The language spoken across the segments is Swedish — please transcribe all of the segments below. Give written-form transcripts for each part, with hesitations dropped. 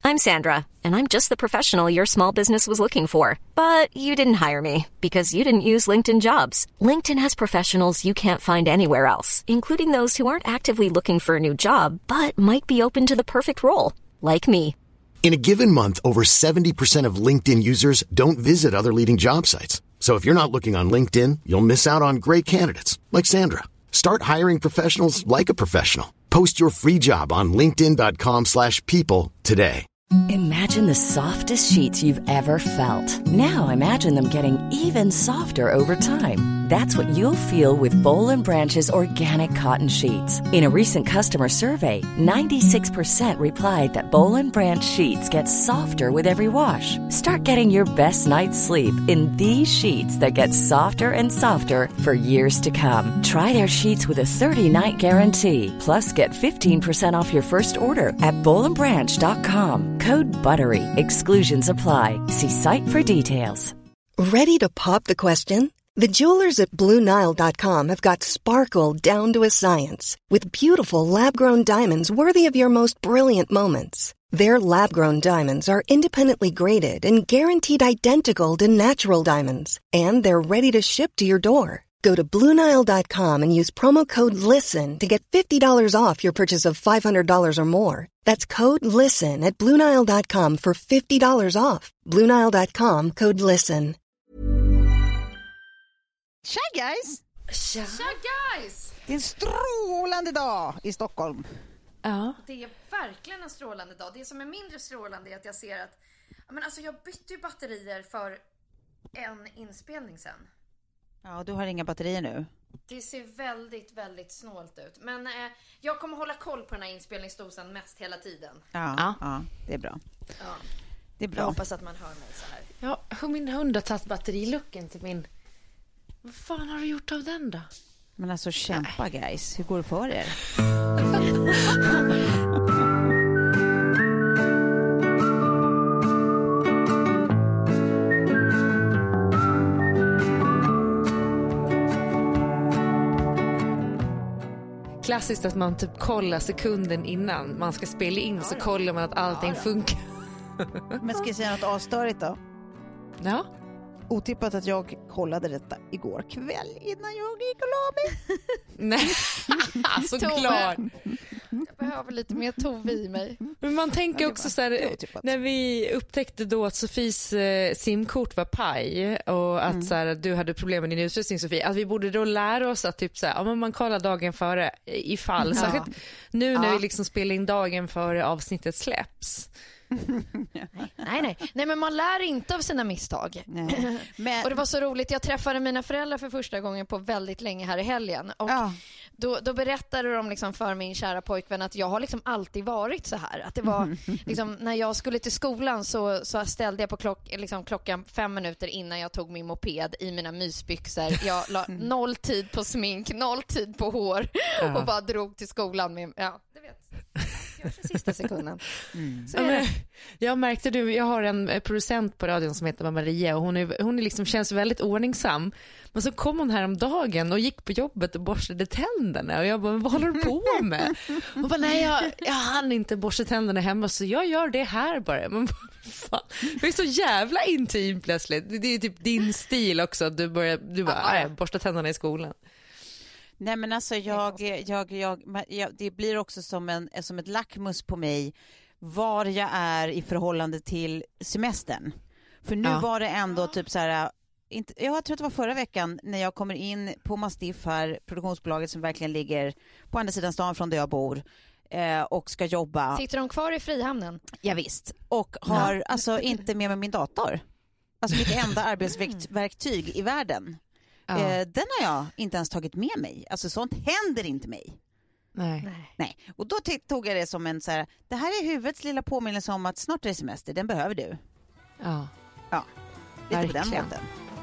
I'm Sandra, and I'm just the professional your small business was looking for. But you didn't hire me because you didn't use LinkedIn Jobs. LinkedIn has professionals you can't find anywhere else, including those who aren't actively looking for a new job, but might be open to the perfect role, like me. In a given month, over 70% of LinkedIn users don't visit other leading job sites. So if you're not looking on LinkedIn, you'll miss out on great candidates like Sandra. Start hiring professionals like a professional. Post your free job on linkedin.com/people today. Imagine the softest sheets you've ever felt. Now imagine them getting even softer over time. That's what you'll feel with Boll & Branch's organic cotton sheets. In a recent customer survey, 96% replied that Boll & Branch sheets get softer with every wash. Start getting your best night's sleep in these sheets that get softer and softer for years to come. Try their sheets with a 30-night guarantee. Plus, get 15% off your first order at bollandbranch.com. Code BUTTERY. Exclusions apply. See site for details. Ready to pop the question? The jewelers at BlueNile.com have got sparkle down to a science with beautiful lab-grown diamonds worthy of your most brilliant moments. Their lab-grown diamonds are independently graded and guaranteed identical to natural diamonds, and they're ready to ship to your door. Go to BlueNile.com and use promo code LISTEN to get $50 off your purchase of $500 or more. That's code LISTEN at BlueNile.com for $50 off. BlueNile.com, code LISTEN. Tja guys! Tja guys! Det är en strålande dag i Stockholm. Ja. Det är verkligen en strålande dag. Det som är mindre strålande är att jag ser att jag bytte ju batterier för en inspelning sen. Ja, du har inga batterier nu. Det ser väldigt, väldigt snålt ut. Men jag kommer hålla koll på den här inspelningsdosan mest hela tiden. Ja, det är bra. Ja. Det är bra. Jag hoppas att man hör mig så här. Ja, min hund har tagit batterilucken till min... Vad fan har du gjort av den då? Men alltså kämpa guys, hur går det för er? Klassiskt att man typ kollar sekunden innan man ska spela in, så kollar man att allting funkar. Men ska jag säga något avstörigt då? Ja. Otippat att jag kollade detta igår kväll innan jag gick och la mig. Nej, såklart. Jag behöver lite mer tov i mig. Men man tänker också så här, när vi upptäckte då att Sofies simkort var paj och att så här, du hade problem med din utrustning, Sofie, att vi borde då lära oss att typ så här, man kollar dagen före ifall, särskilt nu när vi liksom spelar in dagen före avsnittet släpps. Nej, men man lär inte av sina misstag. Men... Och det var så roligt, jag träffade mina föräldrar för första gången på väldigt länge här i helgen. Och då berättade de liksom för min kära pojkvän att jag har liksom alltid varit så här. Att det var liksom, när jag skulle till skolan så ställde jag på klockan 5 minuter innan jag tog min moped i mina mysbyxor. Jag la 0 tid på smink, 0 tid på hår och bara drog till skolan med, du vet. Sista sekunden. Jag märkte jag har en producent på radion som heter Maria och hon är liksom, känns väldigt ordningsam. Men så kom hon här om dagen och gick på jobbet och borstade tänderna och jag bara, vad håller du på med? Hon bara, nej jag hann inte borsta tänderna hemma så jag gör det här bara. Men fan, det är så jävla intim plötsligt. Det är typ din stil också. Du bara borsta tänderna i skolan. Nej men alltså det blir också som ett lackmus på mig var jag är i förhållande till semestern. För nu var det ändå typ så här, jag tror att det var förra veckan när jag kommer in på Mastiff här, produktionsbolaget som verkligen ligger på andra sidan stan från där jag bor och ska jobba. Sitter de kvar i Frihamnen? Ja visst. Och har alltså inte med mig min dator. Alltså mitt enda arbetsverktyg i världen. Den har jag inte ens tagit med mig. Alltså sånt händer inte mig. Nej. Och då tog jag det som en så här, det här är huvudets lilla påminnelse om att snart är det semester, den behöver du. Ja. Lite på den måten.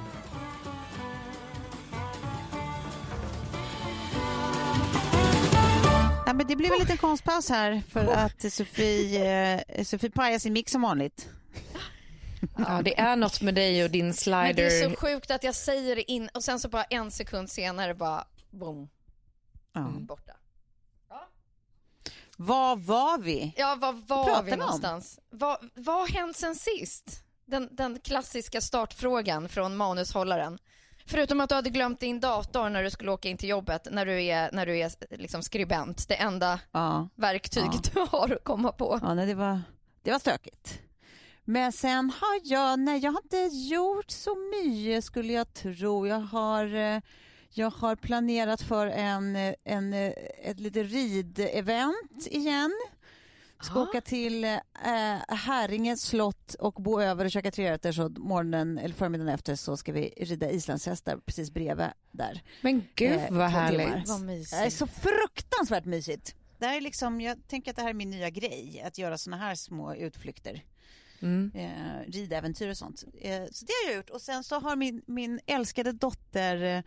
Ja, men det blev en liten konstpaus här för att Sofie pajar sin mix som vanligt. Ja, det är något med dig och din slider. Men det är så sjukt att jag säger det in och sen så bara 1 sekund senare bara boom. Borta. Ja. Var var vi? Ja, var var vi någonstans? Vad har hänt sen sist? Den klassiska startfrågan från manushållaren. Förutom att du hade glömt din dator när du skulle åka in till jobbet, när du är liksom skribent. Det enda verktyget du har att komma på. Ja, nej, det var stökigt. Men sen har jag har inte gjort så mycket, skulle jag tro. Jag har planerat för ett litet ridevent igen. Ska åka till Häringe slott och bo över och käka 3 rätter, så morgonen eller förmiddagen efter så ska vi rida islandshästar precis bredvid där. Men gud vad härligt. Vad mysigt. Det är så fruktansvärt mysigt. Det är liksom, jag tänker att det här är min nya grej, att göra såna här små utflykter. Ridäventyr och sånt. Så det har jag gjort. Och sen så har min älskade dotter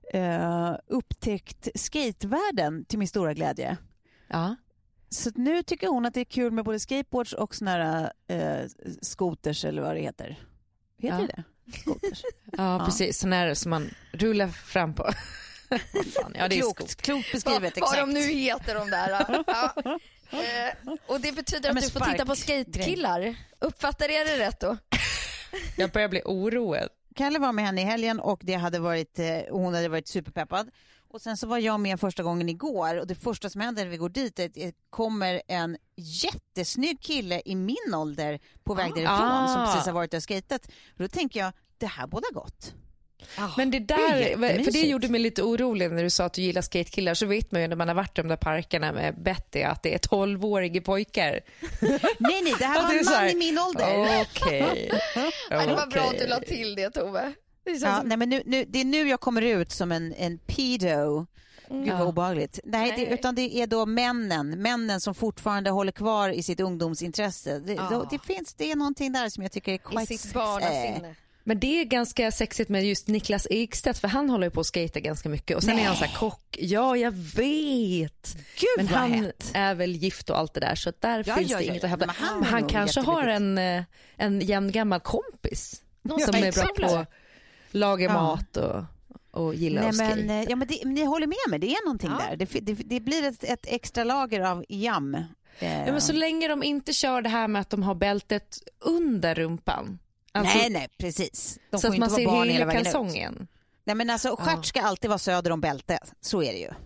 upptäckt skatevärlden till min stora glädje. Ja. Så nu tycker hon att det är kul med både skateboards och såna här scooters eller vad det heter. Heter det? Scooters. Ja, precis. Sån här som man rullar fram på. Ja, det är klokt beskrivet, exakt. Vad de nu heter de där. Ja. Och det betyder att du får titta på skatekillar. Uppfattar jag det rätt då? Jag börjar bli oroad. Kalle var med henne i helgen och hon hade varit superpeppad. Och sen så var jag med första gången igår, och det första som händer när vi går dit det kommer en jättesnygg kille i min ålder på väg därifrån som precis har varit och skatat. Och då tänker jag, det här båda gott. Men det där, för det gjorde mig lite orolig när du sa att du gillar skatekillar. Så vet man ju när man har varit i de där parkerna med Betty att det är 12-åriga pojkar. Nej, det här var en man i min ålder. Okej. Det var bra att du la till det, Tove. Ja, nej, men det är nu jag kommer ut som en pedo. Gud vad obehagligt. Nej. Utan det är då männen som fortfarande håller kvar i sitt ungdomsintresse. Det är någonting där som jag tycker är quite i sitt barnasinne. Men det är ganska sexigt med just Niklas Ekstedt, för han håller ju på att skata ganska mycket. Och sen är han så här kock. Ja, jag vet. Gud, men han är väl gift och allt det där, så där finns det inget att hävda. Men han kanske har en jämngammal kompis som är bra på att laga mat och gillar att skata. Men ni håller med mig, det är någonting där. Det blir ett extra lager av jam. Ja, men så länge de inte kör det här med att de har bältet under rumpan. Alltså, nej, precis. Så att man ser hela kalsongen. Nej, men alltså, stjärt ska alltid vara söder om bältet. Så är det ju.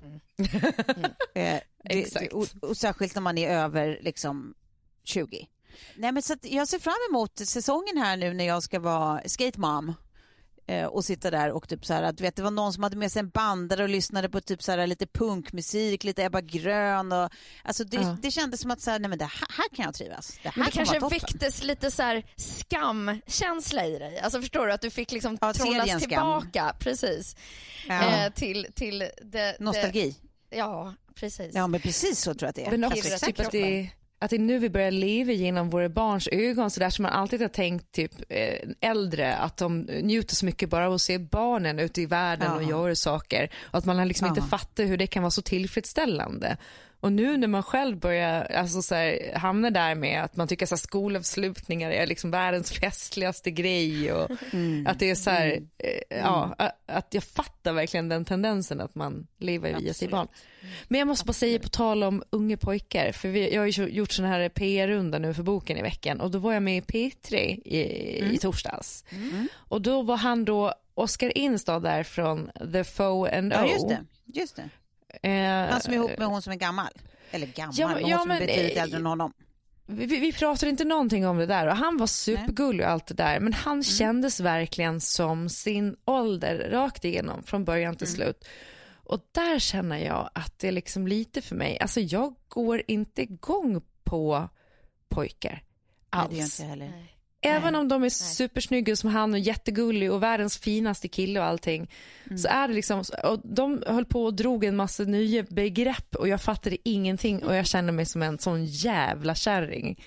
Exakt. Och särskilt när man är över liksom 20. Nej, men så att jag ser fram emot säsongen här nu när jag ska vara skate mom. Och sitta där och typ så här, att vet, det var någon som hade med sig en bandare och lyssnade på typ så här lite punkmusik, lite Ebba Grön och alltså det kändes som att så här, nej men det här kan jag trivas. Det kanske väcktes lite så här skamkänsla i dig. Alltså förstår du att du fick liksom trollas tillbaka precis till det nostalgi. Ja, precis. Ja, men precis så tror jag att det är. Men också typ att det är nu vi börjar leva genom våra barns ögon, så där som man alltid har tänkt typ äldre, att de njuter så mycket bara av att se barnen ute i världen och göra saker, och att man har liksom inte fattat hur det kan vara så tillfredsställande. Och nu när man själv börjar alltså så här, hamna där med att man tycker att skolavslutningar är liksom världens festligaste grej och att det är så här, att jag fattar verkligen den tendensen att man lever via sig barn. Men jag måste bara säga på tal om unga pojkar, för jag har ju gjort sån här PR-runda nu för boken i veckan, och då var jag med i P3 i torsdags. Och då var han då Oscar Instad där från The Foe and O. Ja, just det. Han som är ihop med hon som är gammal. Eller gammal, hon som är betydligt äldre än honom. Vi pratade inte någonting om det där, och han var supergullig och allt det där, men han kändes verkligen som sin ålder rakt igenom från början till slut. Och där känner jag att det är liksom lite för mig. Alltså jag går inte igång på pojkar alls. Nej, det gör inte heller. Även om de är supersnygga som han och jättegullig och världens finaste kille och allting, så är det liksom, och de höll på och drog en massa nya begrepp och jag fattade ingenting och jag kände mig som en sån jävla kärring.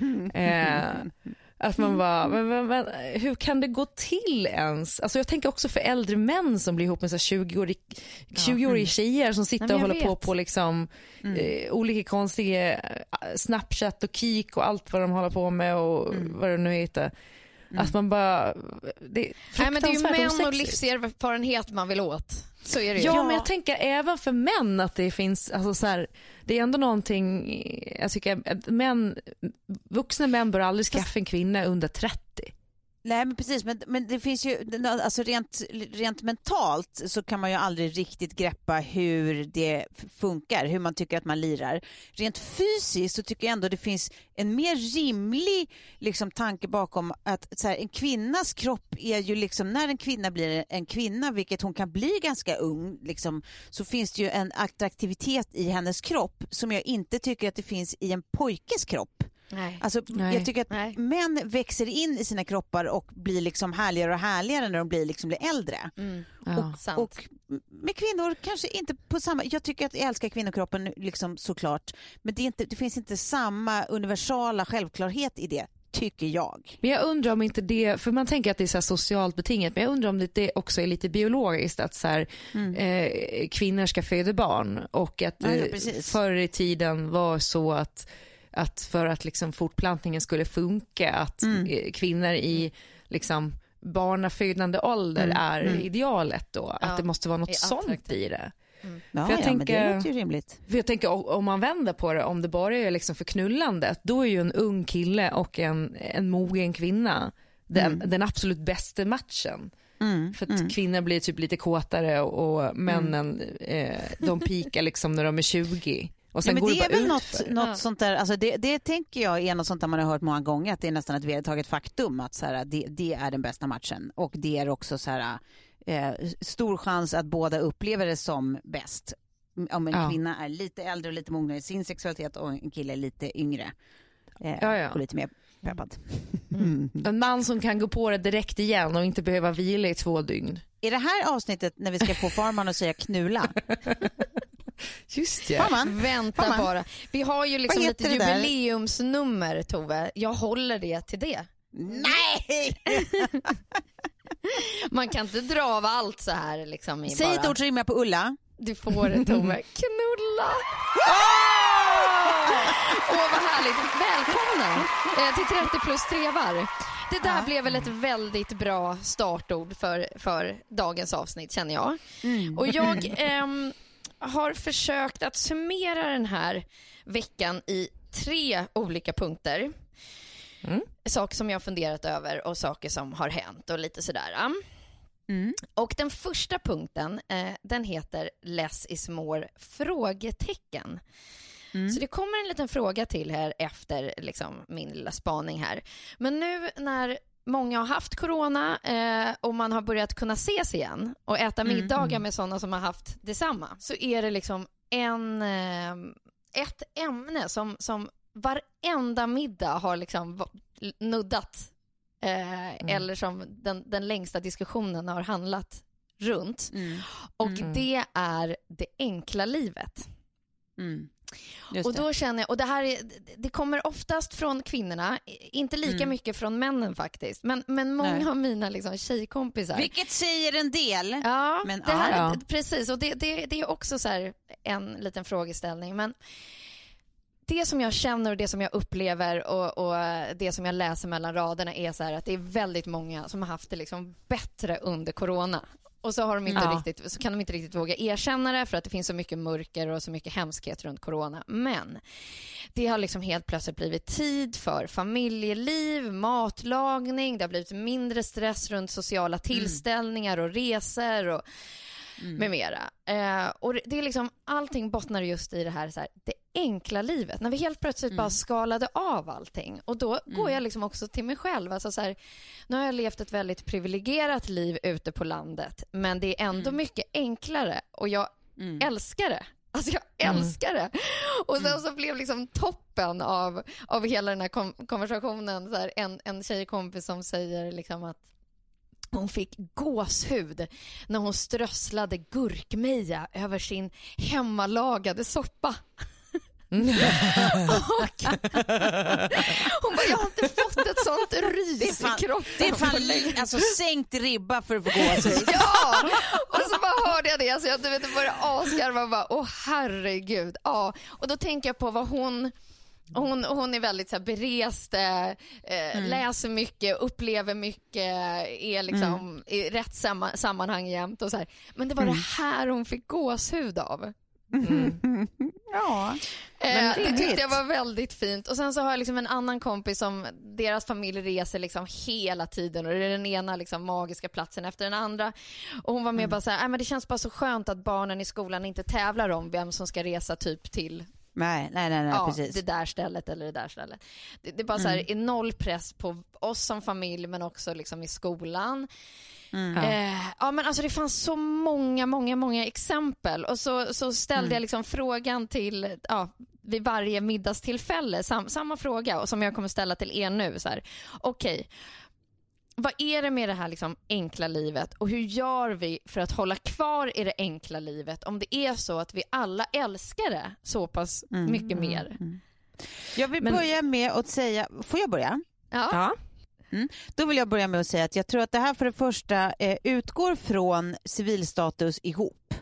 Att man bara, men hur kan det gå till ens? Alltså jag tänker också för äldre män som blir ihop med så 20-åriga tjejer som sitter och håller på liksom olika konstiga Snapchat och Kik och allt vad de håller på med och vad det nu heter. Att man bara, det är fruktansvärt men det är ju män osexigt. och livserfarenhet man vill åt. Så är det ju. Ja, men jag tänker även för män att det finns, alltså så här, det är ändå någonting, jag tycker att vuxna män bör aldrig skaffa en kvinna under 30. Nej, men precis, men det finns ju, alltså rent mentalt så kan man ju aldrig riktigt greppa hur det funkar, hur man tycker att man lirar. Rent fysiskt så tycker jag ändå det finns en mer rimlig liksom tanke bakom att så här, en kvinnas kropp är ju liksom, när en kvinna blir en kvinna, vilket hon kan bli ganska ung liksom, så finns det ju en attraktivitet i hennes kropp som jag inte tycker att det finns i en pojkes kropp. Nej. Alltså, jag tycker att män växer in i sina kroppar och blir liksom härligare och härligare när de blir äldre. Och med kvinnor kanske inte på samma. Jag tycker att jag älskar kvinnokroppen liksom, såklart, men det finns inte samma universala självklarhet i det, tycker jag. Men jag undrar om inte det, för man tänker att det är så här socialt betingat, men jag undrar om det också är lite biologiskt att så här, kvinnor ska föda barn och att förr i tiden var så att för att liksom fortplantningen skulle funka, att kvinnor i liksom barnafödande ålder är idealet då, att det måste vara något sånt i det. Ja, för jag tänker, men det låter ju rimligt. För jag tänker, om man vänder på det, om det bara är liksom för knullandet, då är ju en ung kille och en mogen kvinna den absolut bästa matchen. För att kvinnor blir typ lite kåtare och männen de pikar liksom när de är 20. Och sen men går det är väl något sånt där, alltså det tänker jag är något sånt där man har hört många gånger, att det är nästan ett vedertaget faktum att så här, det är den bästa matchen, och det är också så här, stor chans att båda upplever det som bäst om en kvinna är lite äldre och lite mognare i sin sexualitet och en kille är lite yngre och lite mer peppad. En man som kan gå på det direkt igen och inte behöva vila i 2 dygn. I det här avsnittet när vi ska få farman att säga knulla. Just det. Vänta bara. Vi har ju liksom lite jubileumsnummer, Tove. Jag håller det till det. Nej! Man kan inte dra av allt så här liksom. Säg ett ord som rimmar på Ulla. Du får det, Tove. Knulla! Vad härligt. Välkomna till 30 plus trevar. Det där blev väl ett väldigt bra startord för dagens avsnitt, känner jag. Och jag har försökt att summera den här veckan i 3 olika punkter. Saker som jag har funderat över och saker som har hänt och lite sådär. Och den första punkten, den heter Less is more? Frågetecken. Så det kommer en liten fråga till här efter liksom min lilla spaning här. Men nu när många har haft corona och man har börjat kunna ses igen och äta middagar med sådana som har haft detsamma, så är det liksom ett ämne som varenda middag har liksom nuddat eller som den längsta diskussionen har handlat runt. Och det är det enkla livet. Och då känner jag, och det kommer oftast från kvinnorna, inte lika mycket från männen faktiskt, men många av mina liksom tjejkompisar. Vilket säger en del. Ja, men, det här, precis, och det är också så här en liten frågeställning, men det som jag känner och det som jag upplever och det som jag läser mellan raderna är så här att det är väldigt många som har haft det liksom bättre under corona. Och så har de inte riktigt, så kan de inte riktigt våga erkänna det för att det finns så mycket mörker och så mycket hemskhet runt corona. Men det har liksom helt plötsligt blivit tid för familjeliv, matlagning, det har blivit mindre stress runt sociala tillställningar och resor och med mera. Och det är liksom, allting bottnar just i det här, så här, det enkla livet. När vi helt plötsligt bara skalade av allting. Och då går jag liksom också till mig själv. Alltså så här, nu har jag levt ett väldigt privilegierat liv ute på landet. Men det är ändå mycket enklare. Och jag älskar det. Alltså jag älskar det. Och sen så blev liksom toppen av hela den här konversationen så här, en tjejkompis som säger liksom att hon fick gåshud när hon strösslade gurkmeja över sin hemmalagade soppa. Och hon bara, jag har inte fått ett sånt rys i kroppen. Det är fan alltså sänkt ribba för att få gåshud. Ja, och så bara hörde jag det. Alltså jag började asgarva och bara, herregud. Ja, och då tänker jag på vad hon Och hon är väldigt så här berest, läser mycket, upplever mycket, är liksom i rätt sammanhang jämt och så här. Men det var det här hon fick gåshud av. Ja, men det tyckte jag var väldigt fint. Och sen så har jag liksom en annan kompis som deras familj reser liksom hela tiden och det är den ena liksom magiska platsen efter den andra. Och hon var med bara så här, men det känns bara så skönt att barnen i skolan inte tävlar om vem som ska resa typ till Nej, precis. Det där stället eller det där stället. Det är bara så här, är noll press på oss som familj men också liksom i skolan. Men alltså det fanns så många exempel och så ställde jag liksom frågan till vid varje middagstillfälle samma fråga och som jag kommer ställa till er nu så här. Okej. Vad är det med det här liksom enkla livet och hur gör vi för att hålla kvar i det enkla livet om det är så att vi alla älskar det så pass mycket mer? Jag vill börja med att säga, får jag börja? Ja. Då vill jag börja med att säga att jag tror att det här för det första utgår från civilstatus ihop.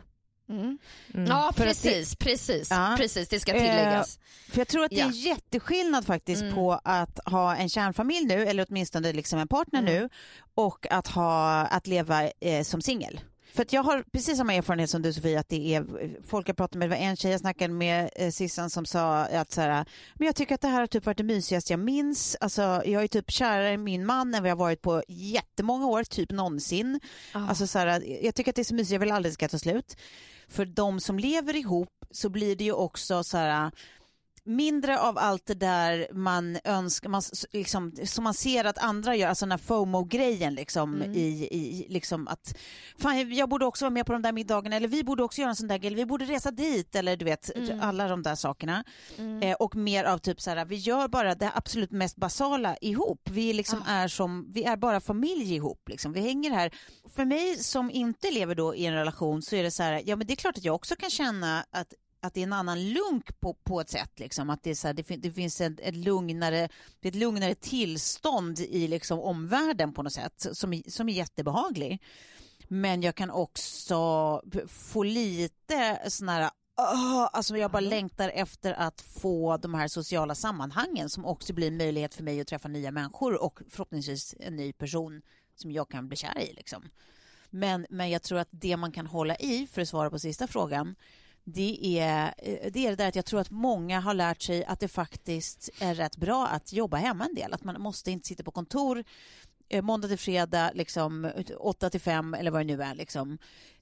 Ja, precis, det ska tilläggas. För jag tror att det är en jätteskillnad faktiskt på att ha en kärnfamilj nu, eller åtminstone liksom en partner nu, och att leva som singel. För att jag har precis samma erfarenhet som du, Sofie, att det är folk jag pratar med. Det var en tjej jag snackade med, Sissan, som sa att så här, men jag tycker att det här har typ varit det mysigaste jag minns. Alltså jag är typ kärare i min man än vi har varit på jättemånga år, typ någonsin. Alltså så här, jag tycker att det är så mysigt, jag vill aldrig ska ta slut. För de som lever ihop så blir det ju också så här mindre av allt det där man önskar, liksom, som man ser att andra gör, alltså den här FOMO-grejen liksom, i liksom att fan, jag borde också vara med på de där middagarna, eller vi borde också göra en sån där grej, eller vi borde resa dit, eller du vet, alla de där sakerna. Och mer av typ så här, vi gör bara det absolut mest basala ihop. Vi liksom vi är bara familj ihop liksom. Vi hänger här. För mig som inte lever då i en relation så är det så här, ja men det är klart att jag också kan känna att det är en annan lunk på ett sätt liksom, att det är så här, det finns ett lugnare tillstånd i liksom omvärlden på något sätt som är jättebehaglig. Men jag kan också få lite sån här alltså jag bara längtar efter att få de här sociala sammanhangen som också blir en möjlighet för mig att träffa nya människor och förhoppningsvis en ny person som jag kan bli kär i liksom. Men jag tror att det man kan hålla i, för att svara på sista frågan, det är det där att jag tror att många har lärt sig att det faktiskt är rätt bra att jobba hemma en del. Att man måste inte sitta på kontor måndag till fredag liksom 8-5 eller vad det nu är liksom,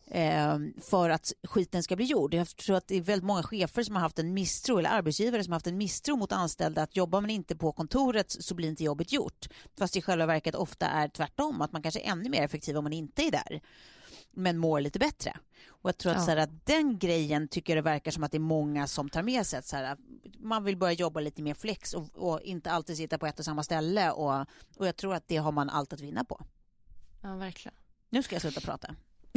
för att skiten ska bli gjord. Jag tror att det är väldigt många chefer som har haft en misstro, eller arbetsgivare som har haft en misstro mot anställda, att jobbar man inte på kontoret så blir inte jobbet gjort. Fast i själva verket ofta är tvärtom, att man kanske är ännu mer effektiv om man inte är där, men mår lite bättre. Och jag tror att, så här, att den grejen tycker jag det verkar som att det är många som tar med sig. Så här, man vill börja jobba lite mer flex och inte alltid sitta på ett och samma ställe. Och jag tror att det har man allt att vinna på. Ja, verkligen. Nu ska jag sluta prata.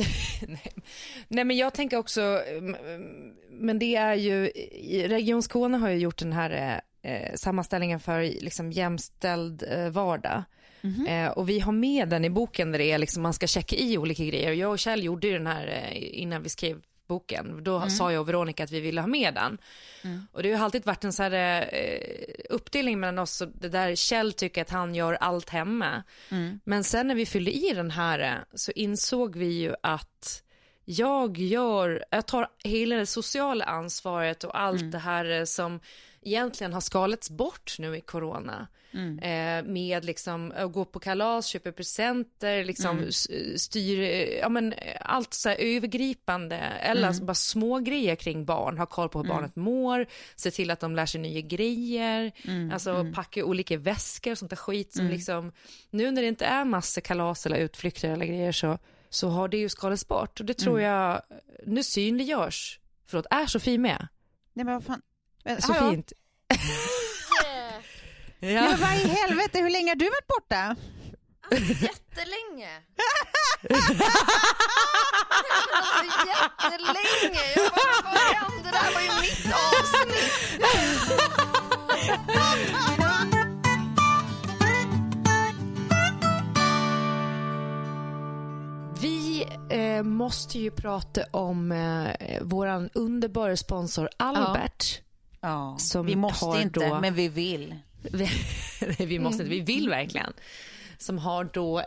Nej, men jag tänker också, men det är ju, Region Skåne har ju gjort den här sammanställningen för liksom jämställd vardag. Och vi har med den i boken där det är liksom, man ska checka i olika grejer. Jag och Kjell gjorde ju den här innan vi skrev boken. Då sa jag och Veronica att vi ville ha med den. Och det har ju alltid varit en så här uppdelning mellan oss, och det där Kjell tycker att han gör allt hemma. Men sen när vi fyllde i den här så insåg vi ju att jag tar hela det sociala ansvaret och allt det här som egentligen har skalats bort nu i corona. Med liksom att gå på kalas, köpa presenter, liksom styr, allt så här övergripande, eller bara små grejer kring barn, ha koll på hur barnet mår, se till att de lär sig nya grejer, alltså packa olika väskor och sånt där skit som liksom, nu när det inte är massa kalas eller utflykter eller grejer så har det ju skalats bort, och det tror jag nu synliggörs. Förlåt, är Sofie med? Nej, men vad fan. Så fint. Ja. Men vad i helvete, hur länge har du varit borta? Alltså, jättelänge. Jättelänge. Jag bara, vad hände? Det här var ju mitt avsnitt. Vi måste ju prata om våran underbara sponsor Albert. som vi måste inte, då, men vi vill. Vi måste inte, vi vill verkligen. Som har då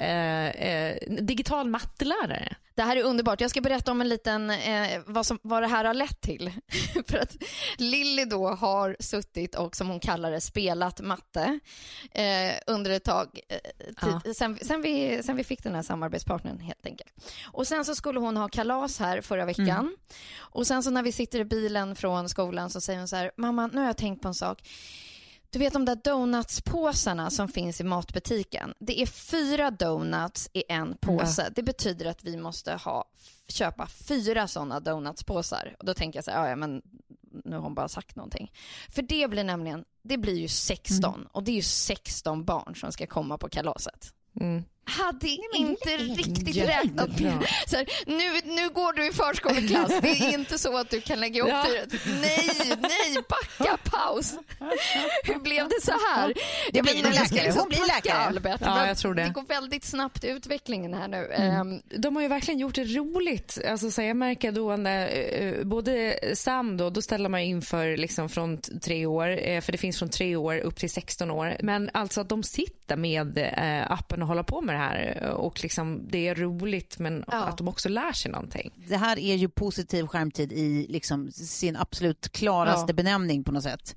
digital mattelärare. Det här är underbart. Jag ska berätta om en liten vad det här har lett till. För att Lilly då har suttit och, som hon kallar det, spelat matte under ett tag sen vi fick den här samarbetspartnern helt enkelt. Och sen så skulle hon ha kalas här förra veckan. Och sen så när vi sitter i bilen från skolan så säger hon så här: mamma, nu har jag tänkt på en sak. Du vet de där donutspåsarna som finns i matbutiken. Det är 4 donuts i en påse. Det betyder att vi måste köpa 4 sådana donutspåsar. Och då tänker jag så här, ja men nu har hon bara sagt någonting. För det blir ju 16. Och det är ju 16 barn som ska komma på kalaset. Hade inte riktigt räknat med. Så här, nu går du i förskoleklass. Det är inte så att du kan lägga ihop det. Nej, backa, paus. Hur blev det så här? Hon blir läkare. Albert. Ja, jag tror det. Det går väldigt snabbt utvecklingen här nu. De har ju verkligen gjort det roligt. Alltså, så jag märker då när både Sam då ställer man inför liksom från 3 år, för det finns från 3 år upp till 16 år. Men alltså att de sitter med appen och håller på med det här och liksom det är roligt, men att de också lär sig någonting. Det här är ju positiv skärmtid i liksom sin absolut klaraste benämning på något sätt.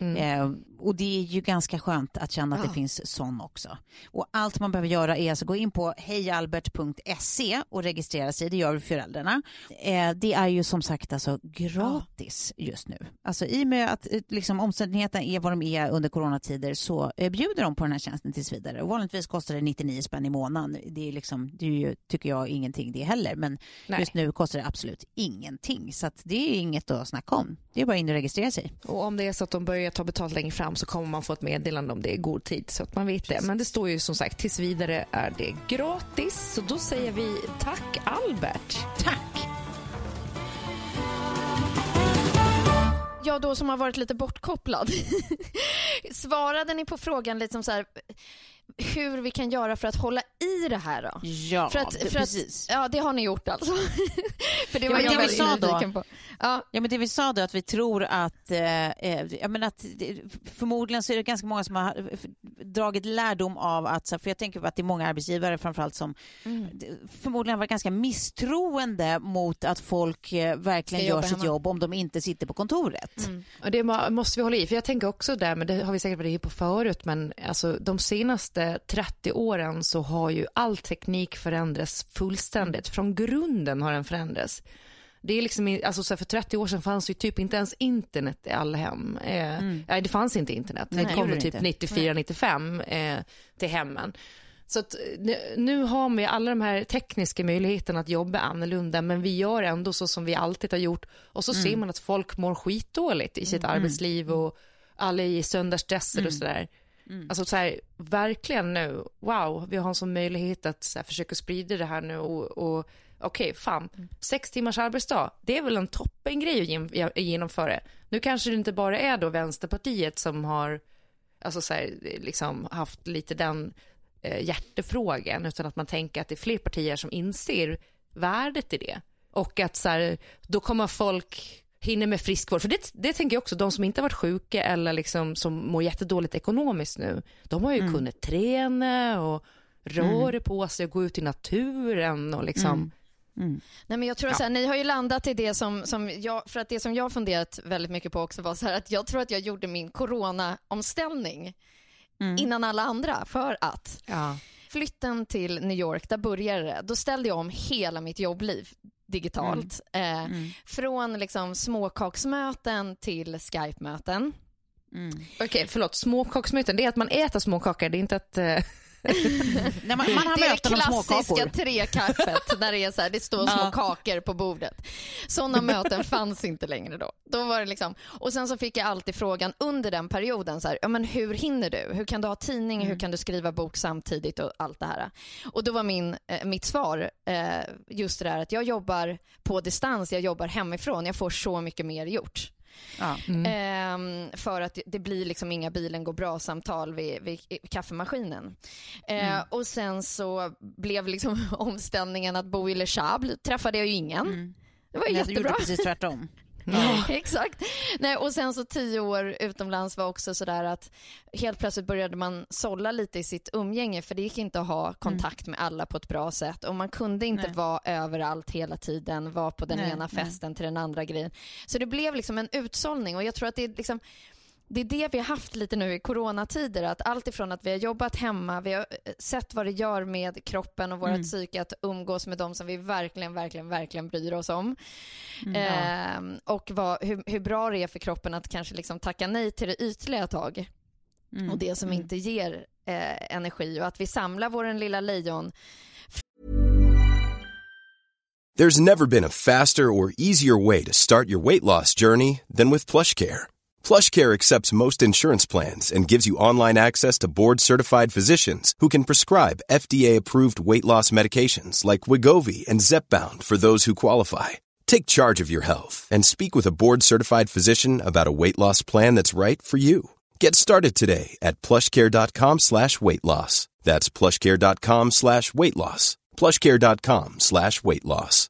Och det är ju ganska skönt att känna att det finns sån också. Och allt man behöver göra är alltså gå in på hejalbert.se och registrera sig. Det gör föräldrarna. Det är ju som sagt alltså gratis just nu. Alltså i och med att liksom, omständigheterna är vad de är under coronatider så bjuder de på den här tjänsten tills vidare. Och vanligtvis kostar det 99 spänn i månaden. Det är liksom, det är ju, tycker jag, ingenting det heller. Men just nu kostar det absolut ingenting. Så att det är inget att snacka om. Det är bara in och registrera sig. Och om det är så att de börjar ta betalt längre fram så kommer man få ett meddelande om det är god tid så att man vet det. Men det står ju som sagt tills vidare är det gratis. Så då säger vi tack Albert. Tack. Jag då som har varit lite bortkopplad. Svarade ni på frågan lite som så här, hur vi kan göra för att hålla i det här då? Ja, precis. Ja, det har ni gjort alltså. För det var jag väldigt nyfiken på. Ja, men det vi sa då att vi tror att att förmodligen så är det ganska många som har dragit lärdom av att, för jag tänker att det är många arbetsgivare framförallt som förmodligen var ganska misstroende mot att folk verkligen gör sitt jobb om de inte sitter på kontoret. Och det måste vi hålla i, för jag tänker också där, men det har vi säkert varit på förut, men alltså de senaste 30 åren så har ju all teknik förändrats fullständigt. Från grunden har den förändrats. Det är liksom, alltså så för 30 år sedan fanns ju typ inte ens internet i alla hem. Nej, det fanns inte internet. Det kom typ 94-95 till hemmen. Så att, nu har vi alla de här tekniska möjligheterna att jobba annorlunda, men vi gör ändå så som vi alltid har gjort. Och så ser man att folk mår skitdåligt i sitt arbetsliv och alla är i söndagsstresser och sådär. Alltså så här, verkligen nu, wow, vi har en sån möjlighet att så här, försöka sprida det här nu och okej, fan, 6 timmars arbetsdag, det är väl en toppen grej att genomföra. Nu kanske det inte bara är då Vänsterpartiet som har alltså så här, liksom haft lite den hjärtefrågan, utan att man tänker att det är fler partier som inser värdet i det. Och att så här, då kommer folk hinner med friskvård. För det tänker jag också, de som inte har varit sjuka eller liksom som mår jättedåligt ekonomiskt nu, de har ju kunnat träna och röra på sig och gå ut i naturen och liksom... Nej, men jag tror att ni har ju landat i det som jag, för att det som jag funderat väldigt mycket på också var så här att jag tror att jag gjorde min corona-omställning innan alla andra, för att flytten till New York, där började det. Då ställde jag om hela mitt jobbliv digitalt. Från liksom småkaksmöten till Skype-möten. Okej, förlåt. Småkaksmöten, det är att man äter småkakor, det är inte att... Nej, man har det är möten om klassiska småkakor. trekaffet där det är så här, det står små kakor på bordet. Sådana möten fanns inte längre då. Då var det liksom, och sen så fick jag alltid frågan under den perioden så här, ja, men hur hinner du? Hur kan du ha tidning? Hur kan du skriva bok samtidigt och allt det här? Och då var mitt svar just det där att jag jobbar på distans, jag jobbar hemifrån, jag får så mycket mer gjort. För att det blir liksom inga bilen går bra samtal vid kaffemaskinen. Och sen så blev liksom omställningen att bo i Le Chable, träffade jag ju ingen. Det var jättebra. Du gjorde precis tvärtom. Exakt. Nej, och sen så 10 år utomlands var också sådär att helt plötsligt började man sålla lite i sitt umgänge, för det gick inte att ha kontakt med alla på ett bra sätt, och man kunde inte vara överallt hela tiden, vara på den ena festen till den andra grejen. Så det blev liksom en utsållning, och jag tror att det är liksom det är det vi har haft lite nu i coronatider, att allt ifrån att vi har jobbat hemma, vi har sett vad det gör med kroppen och vårt psyke att umgås med dem som vi verkligen bryr oss om. Och hur bra det är för kroppen att kanske liksom tacka nej till det ytliga ett tag. Och det som inte ger energi, och att vi samlar vår lilla lejon. There's never been a faster or easier way to start your weight loss journey than with PlushCare. PlushCare accepts most insurance plans and gives you online access to board-certified physicians who can prescribe FDA-approved weight loss medications like Wegovy and Zepbound for those who qualify. Take charge of your health and speak with a board-certified physician about a weight loss plan that's right for you. Get started today at plushcare.com/weightloss. That's plushcare.com/weightloss. plushcare.com/weightloss.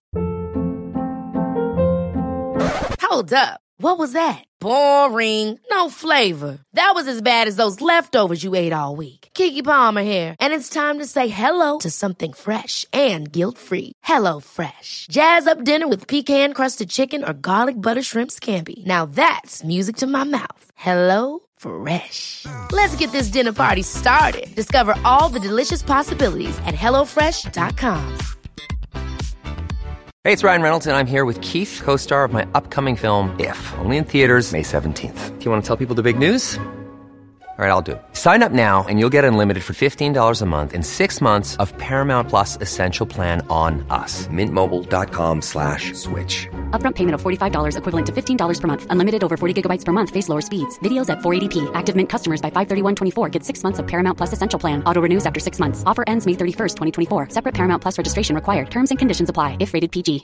Hold up. What was that? Boring. No flavor. That was as bad as those leftovers you ate all week. Keke Palmer here, and it's time to say hello to something fresh and guilt-free. Hello Fresh. Jazz up dinner with pecan-crusted chicken or garlic butter shrimp scampi. Now that's music to my mouth. Hello Fresh. Let's get this dinner party started. Discover all the delicious possibilities at hellofresh.com. Hey, it's Ryan Reynolds, and I'm here with Keith, co-star of my upcoming film, If, only in theaters May 17th. Do you want to tell people the big news? All right, I'll do it. Sign up now and you'll get unlimited for $15 a month and 6 months of Paramount Plus Essential Plan on us. MintMobile.com/switch. Upfront payment of $45 equivalent to $15 per month. Unlimited over 40 gigabytes per month. Face lower speeds. Videos at 480p. Active Mint customers by 531.24 get 6 months of Paramount Plus Essential Plan. Auto renews after 6 months. Offer ends May 31st, 2024. Separate Paramount Plus registration required. Terms and conditions apply if rated PG.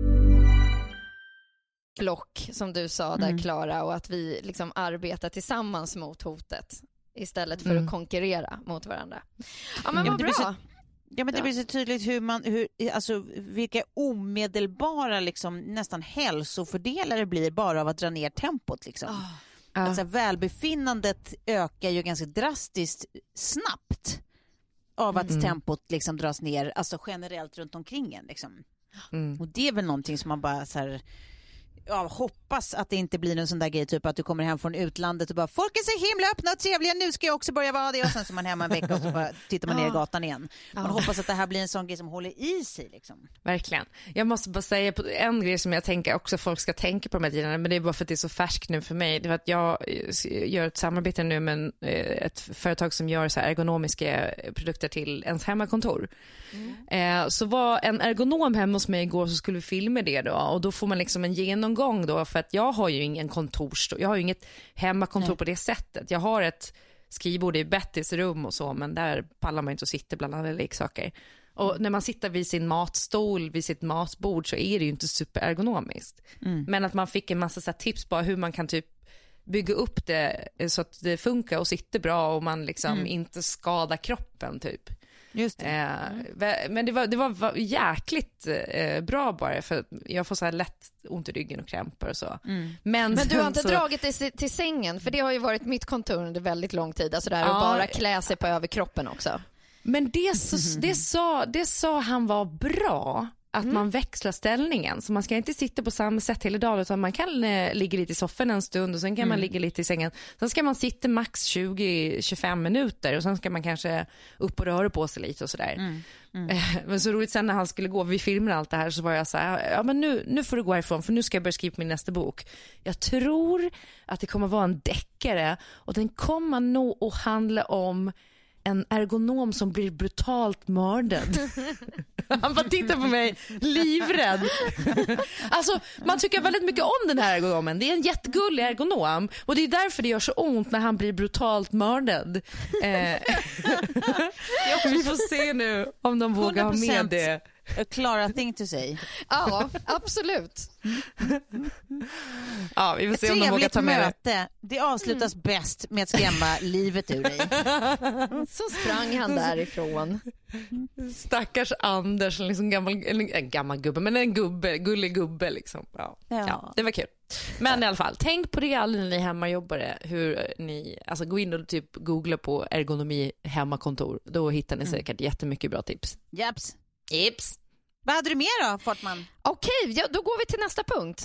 Block som du sa där, Klara, och att vi liksom arbetar tillsammans mot hotet istället för att konkurrera mot varandra. Ja, men vad bra. Ja, men det blir så tydligt alltså vilka omedelbara liksom nästan hälsofördelar blir bara av att dra ner tempot liksom. Alltså välbefinnandet ökar ju ganska drastiskt snabbt av att tempot liksom dras ner, alltså generellt runt omkring en liksom. Och det är väl någonting som man bara så här, hoppas att det inte blir någon sån där grej, typ att du kommer hem från utlandet och bara, folk är så himla öppna och trevliga, nu ska jag också börja vara det, och sen så är man hemma en vecka och så bara tittar man ner i gatan igen. Man hoppas att det här blir en sån grej som håller i sig liksom. Verkligen. Jag måste bara säga en grej som jag tänker också folk ska tänka på de här tiderna, men det är bara för att det är så färskt nu för mig. Det är att jag gör ett samarbete nu med ett företag som gör så här ergonomiska produkter till ens hemmakontor. Så var en ergonom hemma hos mig igår, så skulle vi filma det då, och då får man liksom en genomgång då, för att jag har ju ingen jag har ju inget hemmakontor på det sättet. Jag har ett skrivbord i Bettys rum och så, men där pallar man inte att sitta bland alla leksaker. Och när man sitter vid sin matstol, vid sitt matbord, så är det ju inte superergonomiskt. Men att man fick en massa så här tips på hur man kan typ bygga upp det så att det funkar och sitter bra och man liksom inte skadar kroppen typ. Just det. Men det var jäkligt bra bara, för jag får så här lätt ont i ryggen och krämpor och så. Men du har inte dragit dig till sängen, för det har ju varit mitt kontor under väldigt lång tid, alltså där och bara klä sig på överkroppen också. Men det sa han var bra, att man växlar ställningen, så man ska inte sitta på samma sätt hela dagen, utan man kan ligga lite i soffan en stund och sen kan man ligga lite i sängen. Sen ska man sitta max 20-25 minuter och sen ska man kanske upp och röra på sig lite och sådär. Men så roligt, sen när han skulle gå, vi filmade allt det här, så var jag så här, ja men nu får du gå härifrån, för nu ska jag börja skriva min nästa bok. Jag tror att det kommer vara en deckare, och den kommer nog att handla om en ergonom som blir brutalt mördad. Han bara tittar på mig livrädd. Alltså man tycker väldigt mycket om den här ergonomen. Det är en jättegullig ergonom, och det är därför det gör så ont när han blir brutalt mördad. Vi får se nu om de vågar ha med det. Clara thing to say. Ja, absolut. Ja, vi får se om de vågar ta med möte. Det avslutas bäst med att skrämma livet ur dig. Så sprang han därifrån. Stackars Anders, liksom gammal gubbe, men en gullig gubbe liksom. Ja, det var kul. Men i alla fall, tänk på det alla ni hemmajobbare, hur ni, alltså gå in och typ googla på ergonomi hemmakontor. Då hittar ni säkert jättemycket bra tips. Japs. Ips. Vad hade du mer då, Fortman? Okej, då går vi till nästa punkt.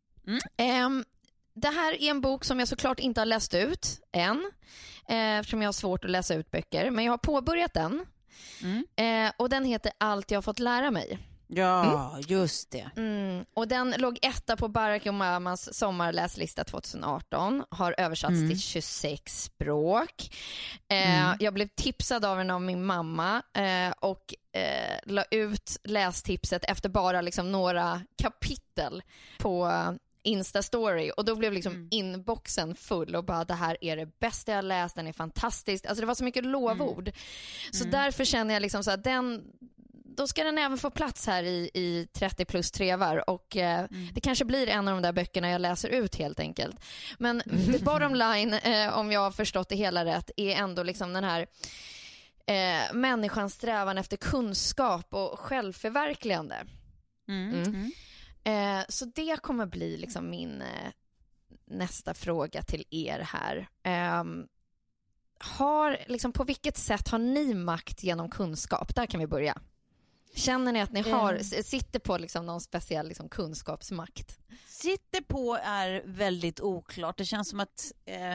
Det här är en bok som jag såklart inte har läst ut än, eftersom jag har svårt att läsa ut böcker. Men jag har påbörjat den. Och den heter Allt jag har fått lära mig. Ja, just det. Och den låg etta på Barack Obamas sommarläslista 2018. Har översatts till 26 språk. Jag blev tipsad av den av min mamma och la ut lästipset efter bara liksom några kapitel på Insta-story. Och då blev liksom inboxen full och bara, det här är det bästa jag läst, den är fantastisk. Alltså det var så mycket lovord. Så därför känner jag liksom så att då ska den även få plats här i 30 plus trevar och det kanske blir en av de där böckerna jag läser ut helt enkelt. Men the bottom line, om jag har förstått det hela rätt, är ändå liksom den här människans strävan efter kunskap och självförverkligande. Så det kommer bli liksom min nästa fråga till er här. På vilket sätt har ni makt genom kunskap? Där kan vi börja. Känner ni att ni sitter på liksom någon speciell liksom kunskapsmakt? Sitter på är väldigt oklart. Det känns som att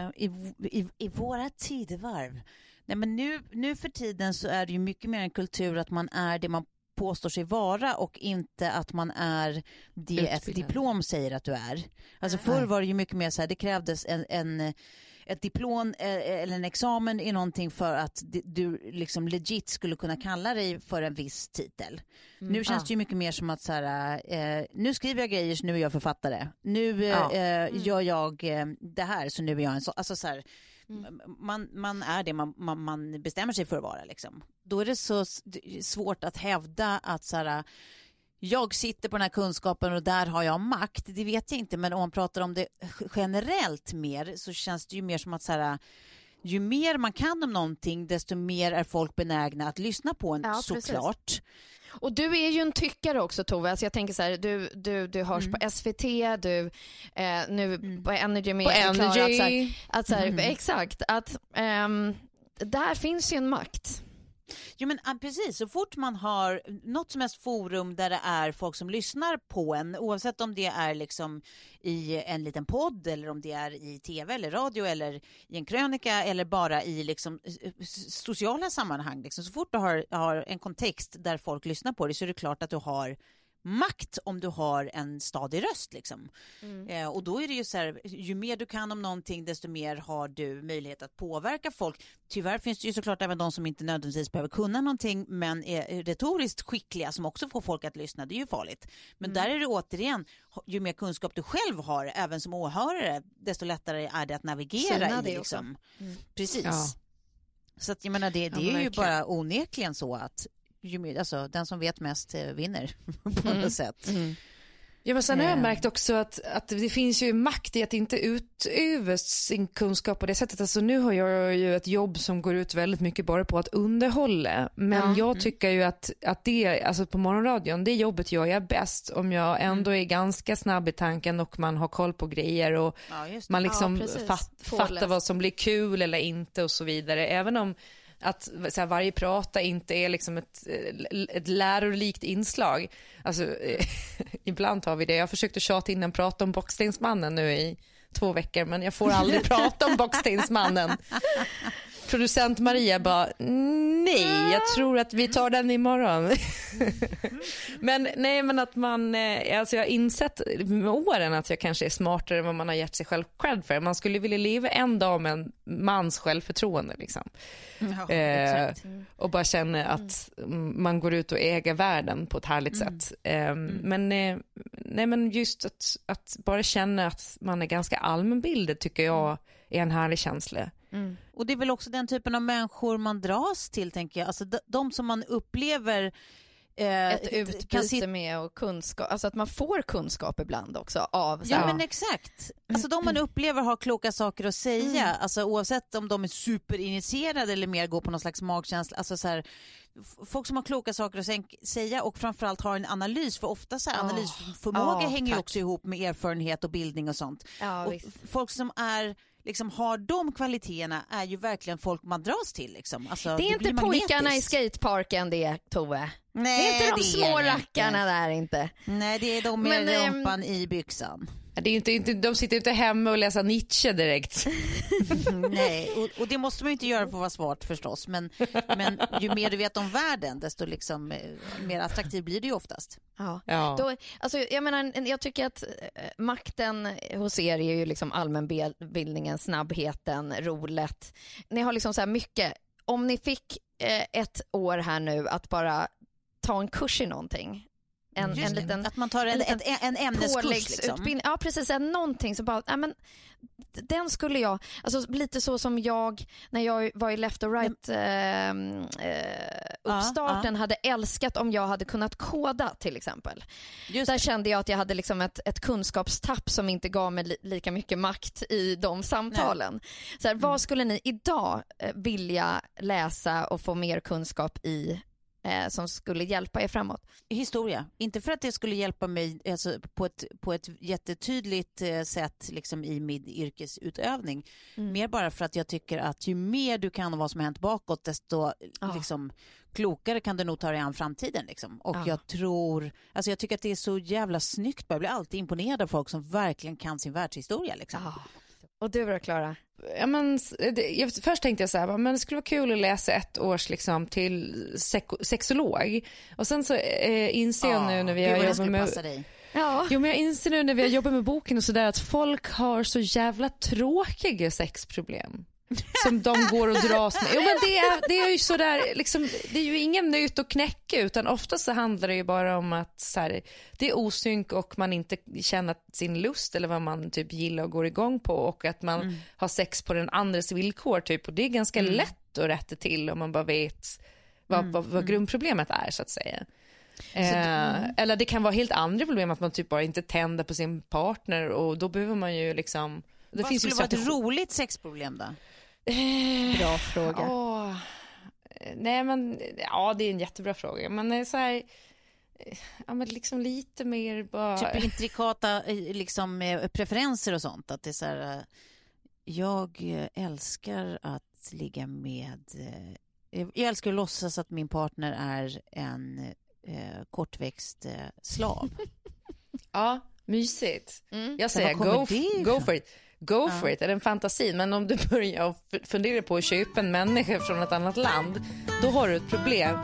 i våra tidevarv. Nej, men nu för tiden så är det ju mycket mer en kultur att man är det man påstår sig vara och inte att man är det ett diplom säger att du är. Alltså förr var det ju mycket mer så här, det krävdes ett diplom eller en examen i någonting för att du liksom legit skulle kunna kalla dig för en viss titel. Nu känns det ju mycket mer som att så här, nu skriver jag grejer så nu är jag författare. Nu gör jag det här så nu är jag en så, alltså så här, man är det man bestämmer sig för att vara liksom. Då är det så svårt att hävda att så här, jag sitter på den här kunskapen och där har jag makt. Det vet jag inte, men om man pratar om det generellt mer så känns det ju mer som att så här, ju mer man kan om någonting desto mer är folk benägna att lyssna på en, såklart. Precis. Och du är ju en tyckare också, Tove. Alltså jag tänker så här, du hörs på SVT, du nu på Energy med Energy. Att så här, exakt att där finns ju en makt. Jo men precis, så fort man har något som helst forum där det är folk som lyssnar på en, oavsett om det är liksom i en liten podd eller om det är i tv eller radio eller i en krönika eller bara i liksom sociala sammanhang liksom. Så fort du har en kontext där folk lyssnar på dig så är det klart att du har makt om du har en stadig röst liksom. Och då är det ju så här, ju mer du kan om någonting desto mer har du möjlighet att påverka folk. Tyvärr finns det ju såklart även de som inte nödvändigtvis behöver kunna någonting men är retoriskt skickliga som också får folk att lyssna. Det är ju farligt. Men där är det återigen, ju mer kunskap du själv har även som åhörare desto lättare är det att navigera i liksom. Precis. Ja. Så att jag menar det är ju bara onekligen så att alltså, den som vet mest vinner på något sätt. Ja, men sen har jag märkt också att det finns ju makt i att inte utöva sin kunskap på det sättet. Alltså nu har jag ju ett jobb som går ut väldigt mycket bara på att underhålla. Men jag tycker ju att det, alltså på morgonradion, det jobbet gör jag bäst om jag ändå är ganska snabb i tanken och man har koll på grejer och man liksom fattar vad som blir kul eller inte och så vidare. Även om att så här, varje prata inte är liksom ett lärorikt inslag. Alltså, ibland har vi det. Jag försökte tjata in en prata om Bockstensmannen nu i 2 veckor, men jag får aldrig prata om Bockstensmannen. Producent Maria bara, nej, jag tror att vi tar den imorgon. men att man, alltså jag har insett med åren att jag kanske är smartare än vad man har gett sig själv cred för. Man skulle vilja leva en dag med en mans självförtroende liksom. Och bara känna att man går ut och äger världen på ett härligt sätt. Men just att bara känna att man är ganska allmänbildad tycker jag är en härlig känsla. Och det är väl också den typen av människor man dras till, tänker jag. Alltså de som man upplever ett utbyte med och kunskap, alltså att man får kunskap ibland också av. Ja, men exakt. Alltså de man upplever har kloka saker att säga, alltså oavsett om de är superinitierade eller mer går på någon slags magkänsla, alltså så här, folk som har kloka saker att säga och framförallt har en analys, för ofta så här, analysförmåga hänger ju också ihop med erfarenhet och bildning och sånt. Och folk som är liksom har de kvaliteterna är ju verkligen folk man dras till liksom. Alltså, det är inte pojkarna i skateparken det, Tove. Nej, det är inte de små rackarna där inte. Nej, det är de med rumpan i byxan. Det är inte, de sitter inte hemma och läser Nietzsche direkt. Nej, och det måste man ju inte göra för att vara svart förstås. Men ju mer du vet om världen, desto liksom, mer attraktiv blir det ju oftast. Ja. Då, alltså, jag tycker att makten hos er är ju liksom allmänbildningen, snabbheten, roligt. Ni har liksom så här mycket. Om ni fick ett år här nu att bara ta en kurs i någonting. En liten, att man tar en ämneskurs liksom. Ja, precis, någonting som bara, men den skulle jag, alltså lite så som jag när jag var i Left och Right uppstarten hade älskat om jag hade kunnat koda till exempel. Där kände jag att jag hade liksom ett kunskapstapp som inte gav mig lika mycket makt i de samtalen. Så här, vad skulle ni idag vilja läsa och få mer kunskap i som skulle hjälpa er framåt? Historia. Inte för att det skulle hjälpa mig alltså, på ett jättetydligt sätt liksom, i min yrkesutövning. Mer bara för att jag tycker att ju mer du kan om vad som har hänt bakåt, desto liksom, klokare kan du nog ta dig an framtiden. Liksom. Och jag tycker att det är så jävla snyggt. Jag blir alltid imponerad av folk som verkligen kan sin världshistoria. Liksom. Och du då, Klara? Ja, men, först tänkte jag så här, men det skulle vara kul att läsa ett års liksom, till sexolog. Och sen så inser jag nu när vi har jobbat med... Jo, men jag inser nu när vi har jobbat med boken och sådär att folk har så jävla tråkiga sexproblem som de går och dras med. Jo, men det är ju så där, liksom, det är ju ingen nöt att knäcka, utan ofta så handlar det ju bara om att så här, det är osynk och man inte känner sin lust eller vad man typ gillar och går igång på, och att man har sex på den andres villkor typ, och det är ganska lätt att rätta till om man bara vet vad grundproblemet är så att säga. Eller det kan vara helt andra problem, att man typ bara inte tänder på sin partner, och då behöver man ju liksom... Vad finns skulle vara ett roligt sexproblem då? Bra fråga. Nej, men det är en jättebra fråga. Men så här, men liksom lite mer bara... Typ intrikata liksom, preferenser och sånt. Att det är så här, jag älskar att ligga med... Jag älskar att låtsas att min partner är en kortväxt slav. Ja, mysigt. Jag säger go for it. Go for it, är det en fantasi? Men om du börjar fundera på att köpa en människa från ett annat land, då har du ett problem.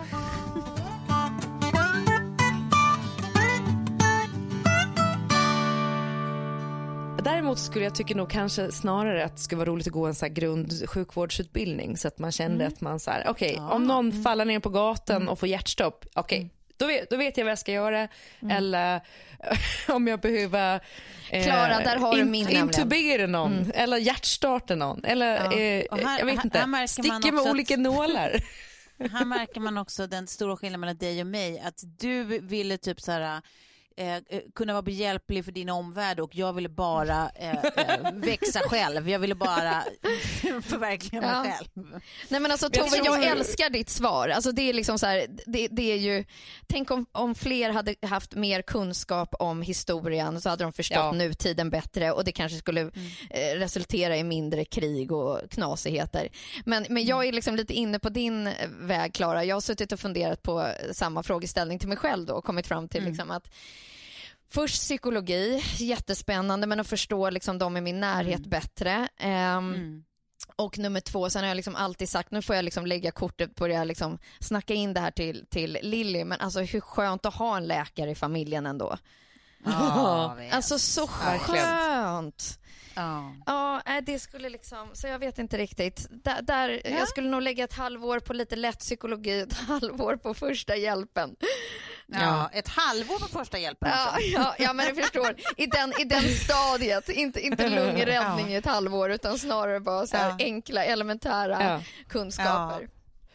Däremot skulle jag tycka nog kanske snarare att det skulle vara roligt att gå en så här grundsjukvårdsutbildning, så att man kände att man så här, om någon faller ner på gatan och får hjärtstopp, då vet jag vad jag ska göra. Eller om jag behöver Klara, där har du min intubera någon eller hjärtstarta någon eller jag vet inte, sticka med olika nålar. Här märker man också den stora skillnaden mellan dig och mig, att du ville typ så här kunna vara behjälplig för din omvärld, och jag ville bara växa själv. Jag ville bara förverkliga mig själv. Nej, men alltså Tove, jag älskar ditt svar. Alltså det är liksom så här, det är ju, tänk om fler hade haft mer kunskap om historien, så hade de förstått nutiden bättre, och det kanske skulle resultera i mindre krig och knasigheter. Men jag är liksom lite inne på din väg, Klara. Jag har suttit och funderat på samma frågeställning till mig själv då, och kommit fram till liksom att först psykologi, jättespännande, men att förstå liksom de i min närhet bättre. Och nummer 2, sen har jag liksom alltid sagt, nu får jag liksom lägga kortet på det, jag liksom snacka in det här till Lilly, men alltså hur skönt att ha en läkare i familjen ändå. Alltså så skönt. Ja, det skulle liksom, så jag vet inte riktigt. Jag skulle nog lägga ett halvår på lite lätt psykologi, ett halvår på första hjälpen. Ja, ett halvår på första hjälpen. Ja, men du förstår, i den stadiet, inte lungräddning i ett halvår, utan snarare bara så här enkla elementära kunskaper.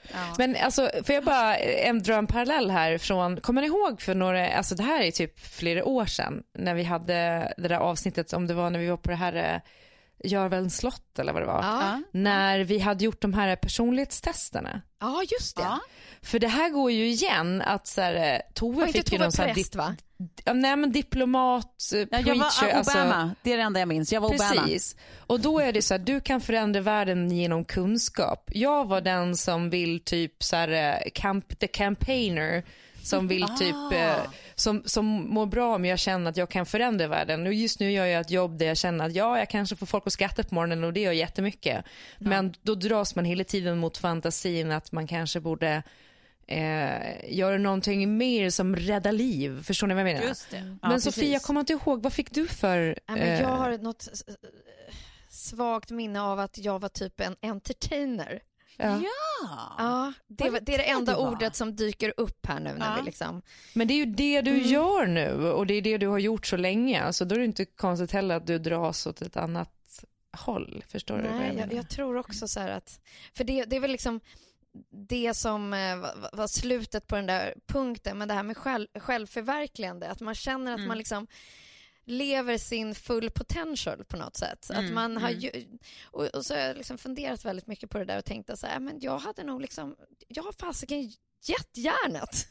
Ja. Men alltså, får jag bara dra en parallell här från, kommer ni ihåg för några, alltså det här är typ flera år sedan när vi hade det där avsnittet, om det var när vi var på det här Görvälns slott eller vad det var. Ja. När vi hade gjort de här personlighetstesterna. Ja, just det. Ja. För det här går ju igen att så här, Tove fick ju någon så här präst, va? Nej, men diplomat, preacher, jag var Obama, alltså, det är det enda jag minns. Jag var Obama. Precis. Och då är det så här, du kan förändra världen genom kunskap. Jag var den som vill typ så här, the campaigner som vill typ som mår bra om jag känner att jag kan förändra världen. Och just nu gör jag ett jobb där jag känner att jag kanske får folk att skratta på morgonen och det gör jättemycket. Men då dras man hela tiden mot fantasin att man kanske borde göra någonting mer som rädda liv. Förstår ni vad jag menar? Just det. Men Sofia, jag kommer inte ihåg, vad fick du för... Jag har något svagt minne av att jag var typ en entertainer. Ja, det är det enda ordet som dyker upp här nu när vi liksom... Men det är ju det du gör nu och det är det du har gjort så länge. Alltså då är det inte konstigt heller att du dras åt ett annat håll. Förstår du vad jag menar? Jag tror också så här att... För det är väl liksom det som var slutet på den där punkten, men det här med självförverkligande, att man känner att man liksom lever sin full potential på något sätt. Att man har och så har jag liksom funderat väldigt mycket på det där och tänkt så här, men jag hade nog liksom, jag har fasiken jättejärnet.